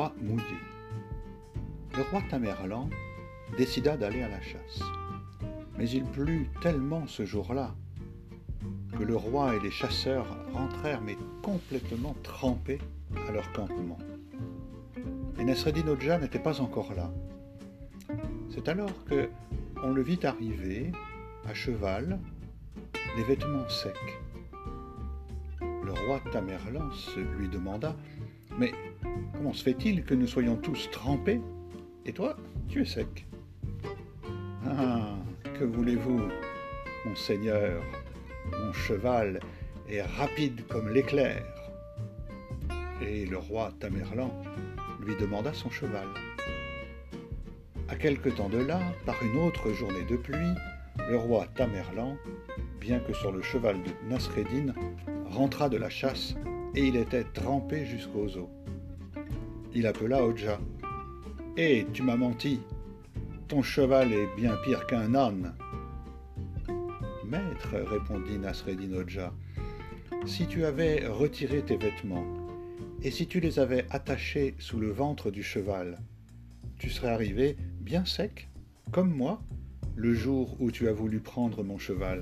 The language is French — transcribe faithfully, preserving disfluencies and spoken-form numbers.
bras mouillés. Le roi Tamerlan décida d'aller à la chasse. Mais il plut tellement ce jour-là que le roi et les chasseurs rentrèrent mais complètement trempés à leur campement. Et Nasreddin Hodja n'était pas encore là. C'est alors que on le vit arriver, à cheval, les vêtements secs. Le roi Tamerlan se lui demanda « Mais comment se fait-il que nous soyons tous trempés, et toi, tu es sec ?»« Ah, que voulez-vous, mon seigneur, mon cheval est rapide comme l'éclair. » Et le roi Tamerlan lui demanda son cheval. À quelque temps de là, par une autre journée de pluie, le roi Tamerlan, bien que sur le cheval de Nasreddin, rentra de la chasse et il était trempé jusqu'aux os. Il appela Hodja. « Hé, tu m'as menti, ton cheval est bien pire qu'un âne. »« Maître, répondit Nasreddin Hodja, si tu avais retiré tes vêtements et si tu les avais attachés sous le ventre du cheval, tu serais arrivé bien sec, comme moi, le jour où tu as voulu prendre mon cheval. »